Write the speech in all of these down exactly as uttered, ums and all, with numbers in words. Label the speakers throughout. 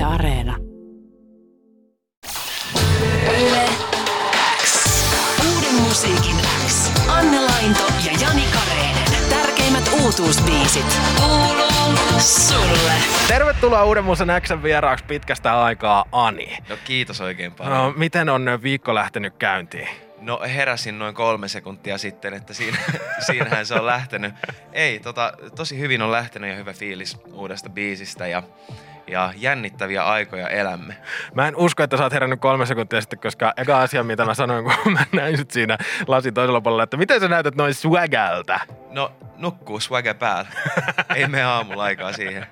Speaker 1: Yle Areena. Yle X. Uuden musiikin X. Anne Lainto ja Jani Kareinen. Tärkeimmät uutuusbiisit. Kuuluu sulle.
Speaker 2: Tervetuloa Uuden Musan X:n vieraaksi pitkästä aikaa, Ani.
Speaker 3: No kiitos oikein paljon.
Speaker 2: No, miten on viikko lähtenyt käyntiin?
Speaker 3: No heräsin noin kolme sekuntia sitten, että siinä, siinähän se on lähtenyt. Ei, tota, tosi hyvin on lähtenyt ja hyvä fiilis uudesta biisistä ja, ja jännittäviä aikoja elämme.
Speaker 2: Mä en usko, että sä oot herännyt kolme sekuntia sitten, koska eka asia, mitä mä sanoin, kun mä näin sut siinä lasin toisella puolella, että miten sä näytät noin swagältä?
Speaker 3: No nukkuu swagge päällä. Ei mene aamulla aikaa siihen.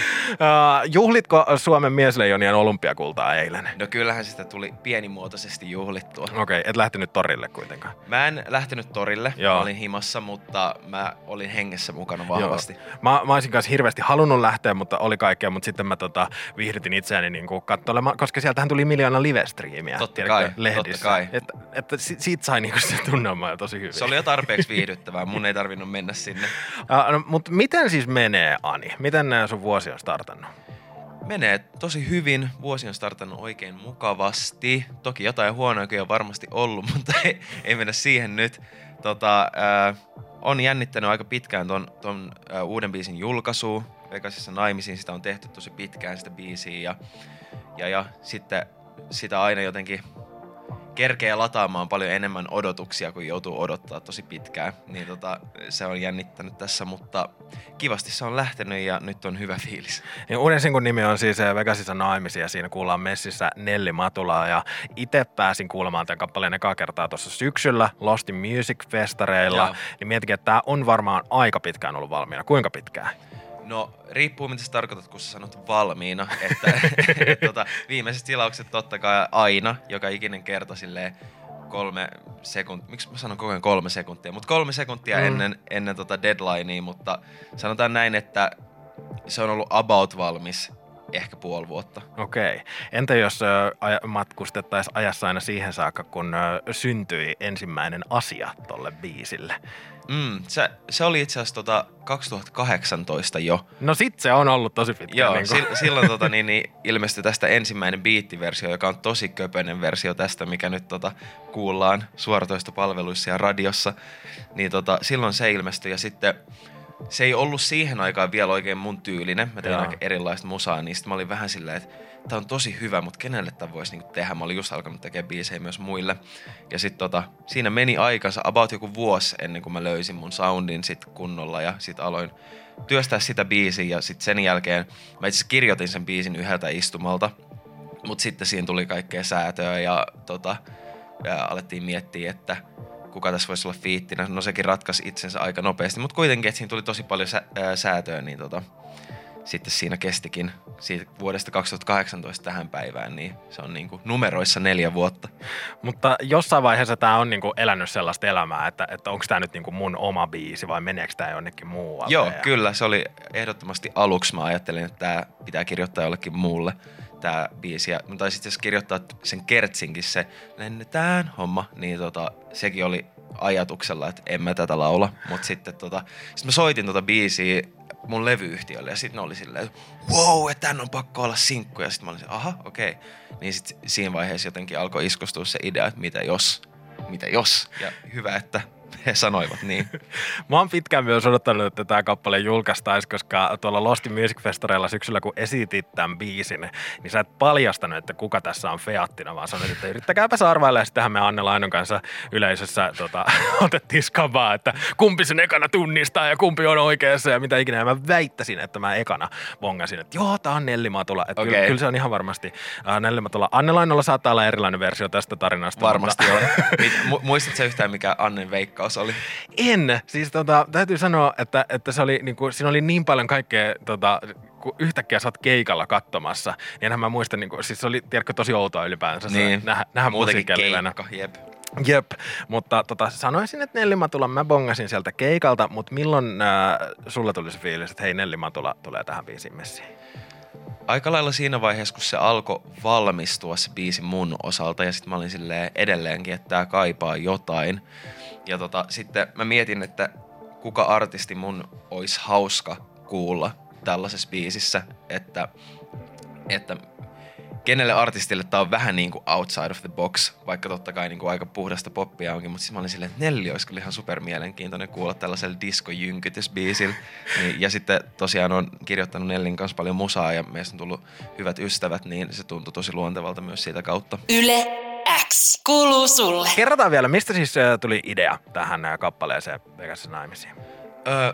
Speaker 2: Uh, juhlitko Suomen miesleijonien olympiakultaa eilen?
Speaker 3: No kyllähän sitä tuli pienimuotoisesti juhlittua.
Speaker 2: Okei, okay, et lähtenyt torille kuitenkaan.
Speaker 3: Mä en lähtenyt torille,
Speaker 2: Joo.
Speaker 3: Mä olin himassa, mutta mä olin hengessä mukana vahvasti.
Speaker 2: Mä, mä olisin kanssa hirveästi halunnut lähteä, mutta oli kaikkea, mutta sitten mä tota, viihdytin itseäni niinku katsolemaan, koska sieltähän tuli miljoona live-striimiä.
Speaker 3: Totta
Speaker 2: tiedätkö,
Speaker 3: kai,
Speaker 2: lehdissä.
Speaker 3: totta kai.
Speaker 2: Että, että siitä sai niinku se tunnelma jo tosi hyvin.
Speaker 3: Se oli jo tarpeeksi viihdyttävää, mun ei tarvinnut mennä sinne.
Speaker 2: Uh, no, mutta miten siis menee, Ani? Miten sun vuosi on startannut?
Speaker 3: Menee tosi hyvin. Vuosi on startannut oikein mukavasti. Toki jotain huonoakin on varmasti ollut, mutta ei, ei mennä siihen nyt. Tota, äh, on jännittänyt aika pitkään ton, ton äh, uuden biisin julkaisua. Vegasissa naimisiin sitä on tehty tosi pitkään sitä biisiä ja, ja, ja sitten sitä aina jotenkin kerkee lataamaan paljon enemmän odotuksia, kun joutuu odottaa tosi pitkään. Niin tota, se on jännittänyt tässä, mutta kivasti se on lähtenyt ja nyt on hyvä fiilis.
Speaker 2: Ja uuden sinkun nimi on siis Vegasissa naimisia ja siinä kuullaan messissä Nelli Matulaa. Ja itse pääsin kuulemaan tämän kappaleen ekaa kertaa tuossa syksyllä Lost in Music-festareilla.
Speaker 3: Joo.
Speaker 2: Niin mietinkin, että tämä on varmaan aika pitkään ollut valmiina. Kuinka pitkään?
Speaker 3: No, riippuu mitä sä tarkoitat, kun sä sanot valmiina, että et, tota, viimeiset tilaukset totta kai aina, joka ikinen kerta silleen kolme sekuntia, miksi mä sanon koko ajan kolme sekuntia, mutta kolme sekuntia mm. ennen, ennen tota deadlinea, mutta sanotaan näin, että se on ollut about valmis ehkä puoli vuotta.
Speaker 2: Okei. Entä jos äh, matkustettaisiin ajassa aina siihen saakka, kun äh, syntyi ensimmäinen asia tolle biisille?
Speaker 3: Mm, se, se oli itse asiassa tota kaksituhattakahdeksantoista jo.
Speaker 2: No sit se on ollut tosi pitkä.
Speaker 3: Joo,
Speaker 2: niin
Speaker 3: si- silloin tota, niin, niin, ilmestyi tästä ensimmäinen biittiversio, joka on tosi köpönen versio tästä, mikä nyt tota, kuullaan suoratoistopalveluissa ja radiossa. Niin tota, silloin se ilmestyi ja sitten se ei ollut siihen aikaan vielä oikein mun tyylinen. Mä tein
Speaker 2: Jaa.
Speaker 3: aika erilaista musaa, niin sitten mä olin vähän silleen, että tää on tosi hyvä, mutta kenelle tää voisi niinku tehdä? Mä olin just alkanut tekemään biisejä myös muille. Ja sit tota, siinä meni aikansa about joku vuosi ennen kuin mä löysin mun soundin sit kunnolla ja sit aloin työstää sitä biisiä ja sit sen jälkeen mä itse asiassa kirjoitin sen biisin yhdeltä istumalta. Mut sitten siinä tuli kaikkea säätöä ja, tota, ja alettiin miettiä, että kuka tässä voisi olla fiittinä. No sekin ratkaisi itsensä aika nopeasti, mutta kuitenkin, että siinä tuli tosi paljon sä, ää, säätöä, niin tota, sitten siinä kestikin siitä vuodesta kaksituhattakahdeksantoista tähän päivään, niin se on niinku numeroissa neljä vuotta.
Speaker 2: Mutta jossain vaiheessa tämä on niinku elänyt sellaista elämää, että, että onko tämä nyt niinku mun oma biisi vai meneekö tämä jonnekin muualle?
Speaker 3: Joo,
Speaker 2: ja...
Speaker 3: kyllä. Se oli ehdottomasti aluksi. Mä ajattelin, että tämä pitää kirjoittaa jollekin muulle, tämä biisi. Ja mä taisin itse asiassa kirjoittaa sen kertsinkin se lennetään homma, niin tota, sekin oli ajatuksella, että en mä tätä laula. Mutta sitten tota, sit mä soitin tota biisiä mun levyyhtiölle ja sitten ne oli silleen, että wow, että tän on pakko olla sinkku. Ja sitten mä olin silleen, aha, okei. Okay. Niin sitten siinä vaiheessa jotenkin alkoi iskostua se idea, että mitä jos, mitä jos. Ja hyvä, että he sanoivat niin.
Speaker 2: Mä oon pitkään myös odottanut, että tämä kappale julkaistaisi, koska tuolla Lost in Music-festareilla syksyllä, kun esitit tämän biisin, niin sä et paljastanut, että kuka tässä on feattina, vaan sanoit, että yrittäkääpäs arvailla. Ja sittenhän me Anne Lainon kanssa yleisössä tota, otettiin skabaa, että kumpi sen ekana tunnistaa ja kumpi on oikeassa ja mitä ikinä. Ja mä väittäisin, että mä ekana bongasin, että joo, tää on Nelli Matula. Että
Speaker 3: okay.
Speaker 2: kyllä, kyllä se on ihan varmasti uh, Nelli Matula. Anne Lainolla saattaa olla erilainen versio tästä tarinasta.
Speaker 3: Varmasti
Speaker 2: mutta...
Speaker 3: on. Muistatko yhtään, mikä Annen veikkaus oli?
Speaker 2: En. Siis tota, täytyy sanoa, että, että se oli, niinku, siinä oli niin paljon kaikkea, tota, kun yhtäkkiä sä oot keikalla katsomassa, niin enhän mä muista, niinku, siis se oli tiedätkö, tosi outoa ylipäänsä
Speaker 3: niin.
Speaker 2: nähdä, nähdä musiikkilivänä.
Speaker 3: Keikka, jep.
Speaker 2: Jep, mutta tota, sanoisin, että Nelli Matula, mä bongasin sieltä keikalta, mutta milloin äh, sulla tuli se fiilis, että hei, Nelli Matula tulee tähän biisiin messiin?
Speaker 3: Aika lailla siinä vaiheessa, kun se alkoi valmistua se biisi mun osalta ja sitten mä olin silleen edelleenkin, että tää kaipaa jotain. Ja tota, sitten mä mietin, että kuka artisti mun olisi hauska kuulla tällaisessa biisissä, että että kenelle artistille tää on vähän niin kuin outside of the box, vaikka totta kai niin kuin aika puhdasta poppia onkin, mutta siis mä olin silleen, että Nelli olisi kyllä ihan super mielenkiintoinen kuulla tällaisella disco-jynkytysbiisillä. Niin, ja sitten tosiaan on kirjoittanut Nellin kanssa paljon musaa ja meistä on tullut hyvät ystävät, niin se tuntui tosi luontevalta myös siitä kautta.
Speaker 1: Yle X kuuluu sulle.
Speaker 2: Kerrotaan vielä, mistä siis tuli idea tähän kappaleeseen Vegasissa naimisiin?
Speaker 3: Öö,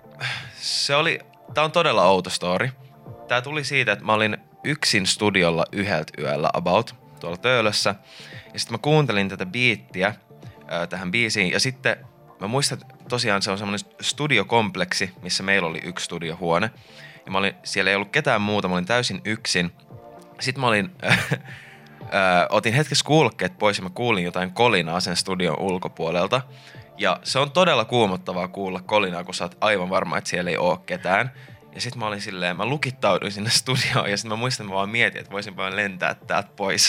Speaker 3: se oli, tää on todella outo story. Tää tuli siitä, että mä olin yksin studiolla yhdeltä yöllä about tuolla Töölössä. Ja sitten mä kuuntelin tätä biittiä ää, tähän biisiin. Ja sitten mä muistan, että tosiaan se on semmoinen studiokompleksi, missä meillä oli yksi studiohuone. Ja mä olin, siellä ei ollut ketään muuta, mä olin täysin yksin. Sitten mä olin, äh, äh, otin hetkessä kuulokkeet pois ja mä kuulin jotain kolinaa sen studion ulkopuolelta. Ja se on todella kuumottavaa kuulla kolinaa, kun sä oot aivan varma, että siellä ei oo ketään. Ja sit mä olin silleen, mä lukittauduin sinne studioon ja sit mä muistan, että mä vaan mietin, että voisin vaan lentää täältä pois.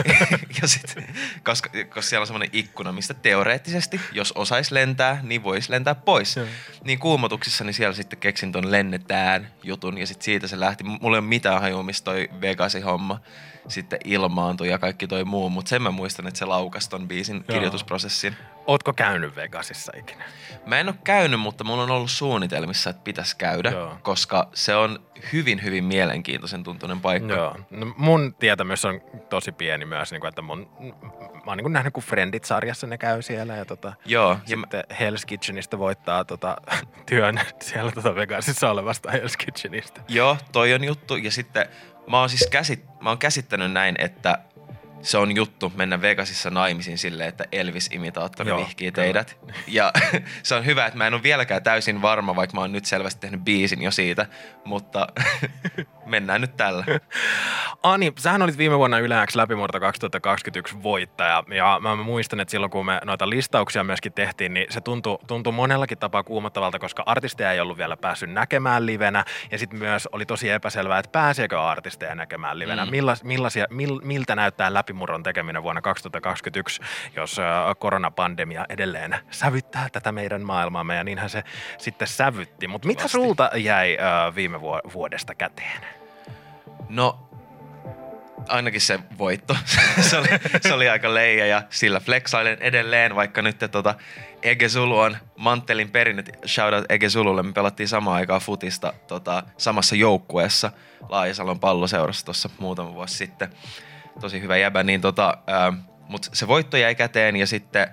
Speaker 3: ja sit, koska, koska siellä on semmoinen ikkuna, mistä teoreettisesti, jos osais lentää, niin vois lentää pois. Mm. Niin kuumotuksissa, niin siellä sitten keksin ton lennetään jutun ja sit siitä se lähti. Mulla ei ole mitään hajua, mistä toi Vegasin homma sitten ilmaantui ja kaikki toi muu, mutta sen mä muistan, että se laukasi ton biisin Joo. kirjoitusprosessin.
Speaker 2: Ootko käynyt Vegasissa ikinä?
Speaker 3: Mä en ole käynyt, mutta mulla on ollut suunnitelmissa, että pitäisi käydä, Joo. koska se on hyvin, hyvin mielenkiintoisen tuntuinen paikka. Joo.
Speaker 2: No, mun tietämys on tosi pieni myös, niin kuin, että mun, mä oon niin nähnyt, kun Friendit-sarjassa ne käy siellä ja tota,
Speaker 3: Joo,
Speaker 2: sitten mä... Hell's Kitchenistä voittaa tota, työn siellä tota Vegasissa olevasta Hell's Kitchenistä.
Speaker 3: Joo, toi on juttu ja sitten mä oon siis käsit, mä oon käsittänyt näin, että se on juttu mennä Vegasissa naimisiin silleen, että Elvis-imitaattori Joo, vihkii teidät. Kyllä. Ja se on hyvä, että mä en ole vieläkään täysin varma, vaikka mä oon nyt selvästi tehnyt biisin jo siitä, mutta mennään nyt tällä.
Speaker 2: Ani, sähän olit viime vuonna Yle X läpimurto kaksituhattakaksikymmentäyksi voittaja ja mä muistan, että silloin kun me noita listauksia myöskin tehtiin, niin se tuntui, tuntui monellakin tapaa kuumottavalta, koska artisteja ei ollut vielä päässyt näkemään livenä ja sitten myös oli tosi epäselvää, että pääseekö artisteja näkemään livenä. Mm. Millas, millaisia, mil, miltä näyttää läpimurron tekeminen vuonna kaksituhattakaksikymmentäyksi, jos koronapandemia edelleen sävyttää tätä meidän maailmaamme ja niinhän se sitten sävytti. Mutta mitä Vasti. sulta jäi äh, viime vuodesta käteen?
Speaker 3: No, ainakin se voitto. se, oli, se oli aika leija ja sillä flexailen edelleen, vaikka nyt tota Ege Zulu on manttelin perinnet. Shoutout Ege Zululle. Me pelattiin samaan aikaan futista tota, samassa joukkueessa Laajasalon palloseurassa tuossa muutama vuosi sitten. Tosi hyvä jäbä, niin tota, ää, mut se voitto jäi käteen ja sitten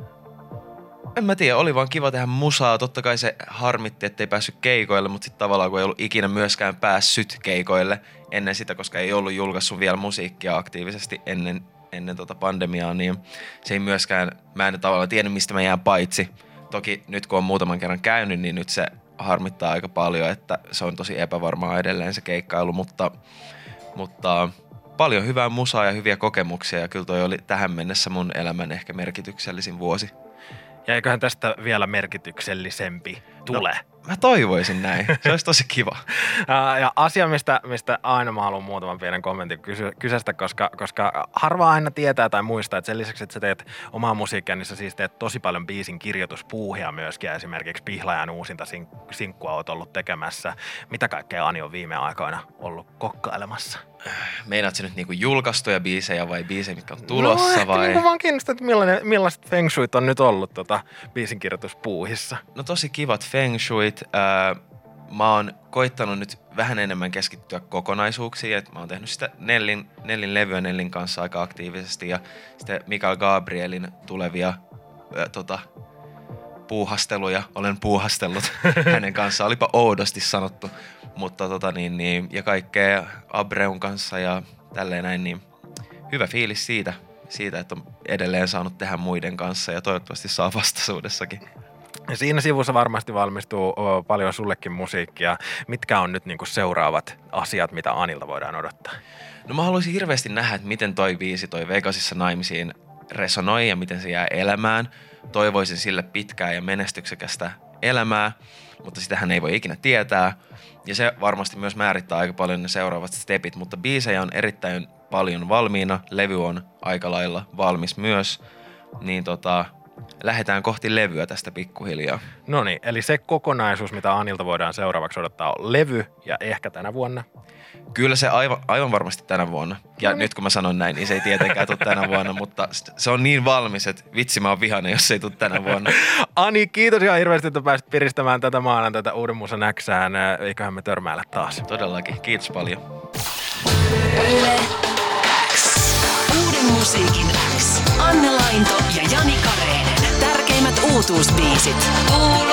Speaker 3: en mä tiedä, oli vaan kiva tehdä musaa. Totta kai se harmitti, ettei päässyt keikoille, mutta sitten tavallaan kun ei ollut ikinä myöskään päässyt keikoille ennen sitä, koska ei ollut julkaissut vielä musiikkia aktiivisesti ennen, ennen tota pandemiaa, niin se ei myöskään, mä en tavallaan tiennyt, mistä mä jään paitsi. Toki nyt kun on muutaman kerran käynyt, niin nyt se harmittaa aika paljon, että se on tosi epävarmaa edelleen se keikkailu, mutta, mutta paljon hyvää musaa ja hyviä kokemuksia ja kyllä toi oli tähän mennessä mun elämän ehkä merkityksellisin vuosi.
Speaker 2: Ja eiköhän tästä vielä merkityksellisempi tule.
Speaker 3: No, mä toivoisin näin. Se olisi tosi kiva.
Speaker 2: Ja asia, mistä, mistä aina mä haluan muutaman pienen kommentin kysy- kysästä, koska, koska harva aina tietää tai muistaa, että sen lisäksi, että sä teet omaa musiikkia, niin sä siis teet tosi paljon biisin kirjoituspuuhia myöskin. Ja esimerkiksi Pihlajan uusinta sink- sinkkua oot ollut tekemässä. Mitä kaikkea Ani on viime aikoina ollut kokkailemassa?
Speaker 3: Meinaat sä nyt niinku julkaistuja biisejä vai biisejä, mitkä on tulossa
Speaker 2: no,
Speaker 3: vai? No
Speaker 2: ehkä vaan kiinnostaa, että millaiset feng shuit on nyt ollut tota biisinkirjoituspuuhissa.
Speaker 3: No tosi kivat feng shuit. Äh, mä oon koittanut nyt vähän enemmän keskittyä kokonaisuuksiin. Et mä oon tehnyt sitä Nellin, Nellin levyä Nellin kanssa aika aktiivisesti ja sitten Mikael Gabrielin tulevia äh, tota, puuhasteluja. Olen puuhastellut hänen kanssaan. Olipa oudosti sanottu. Mutta tota niin, niin, ja kaikkea Abreun kanssa ja tälleen näin, niin hyvä fiilis siitä, siitä, että on edelleen saanut tehdä muiden kanssa ja toivottavasti saa vastaisuudessakin.
Speaker 2: Ja siinä sivussa varmasti valmistuu o, paljon sullekin musiikkia. Mitkä on nyt niinku seuraavat asiat, mitä Anilta voidaan odottaa?
Speaker 3: No mä haluaisin hirveästi nähdä, että miten toi biisi, toi Vegasissa naimisiin resonoi ja miten se jää elämään. Toivoisin sille pitkää ja menestyksekästä elämää, mutta sitähän ei voi ikinä tietää. Ja se varmasti myös määrittää aika paljon ne seuraavat stepit, mutta biisejä on erittäin paljon valmiina. Levy on aika lailla valmis myös. Niin tota, lähdetään kohti levyä tästä pikkuhiljaa.
Speaker 2: No niin, eli se kokonaisuus, mitä Anilta voidaan seuraavaksi odottaa, on levy ja ehkä tänä vuonna.
Speaker 3: Kyllä se aivan, aivan varmasti tänä vuonna. Ja no niin. Nyt kun mä sanon näin, niin se ei tietenkään tule tänä vuonna, mutta se on niin valmis, että vitsi mä oon vihainen, jos se ei tule tänä vuonna.
Speaker 2: Ani, kiitos ihan hirveästi, että pääsit piristämään tätä maanantaita Uuden Musan Xään. Eiköhän me törmäillä taas.
Speaker 3: Todellakin, kiitos paljon.
Speaker 1: Yle X. Uuden musiikin X. Anne Lainto ja Jani Kareinen. Tärkeimmät uutuusbiisit. Kuuluu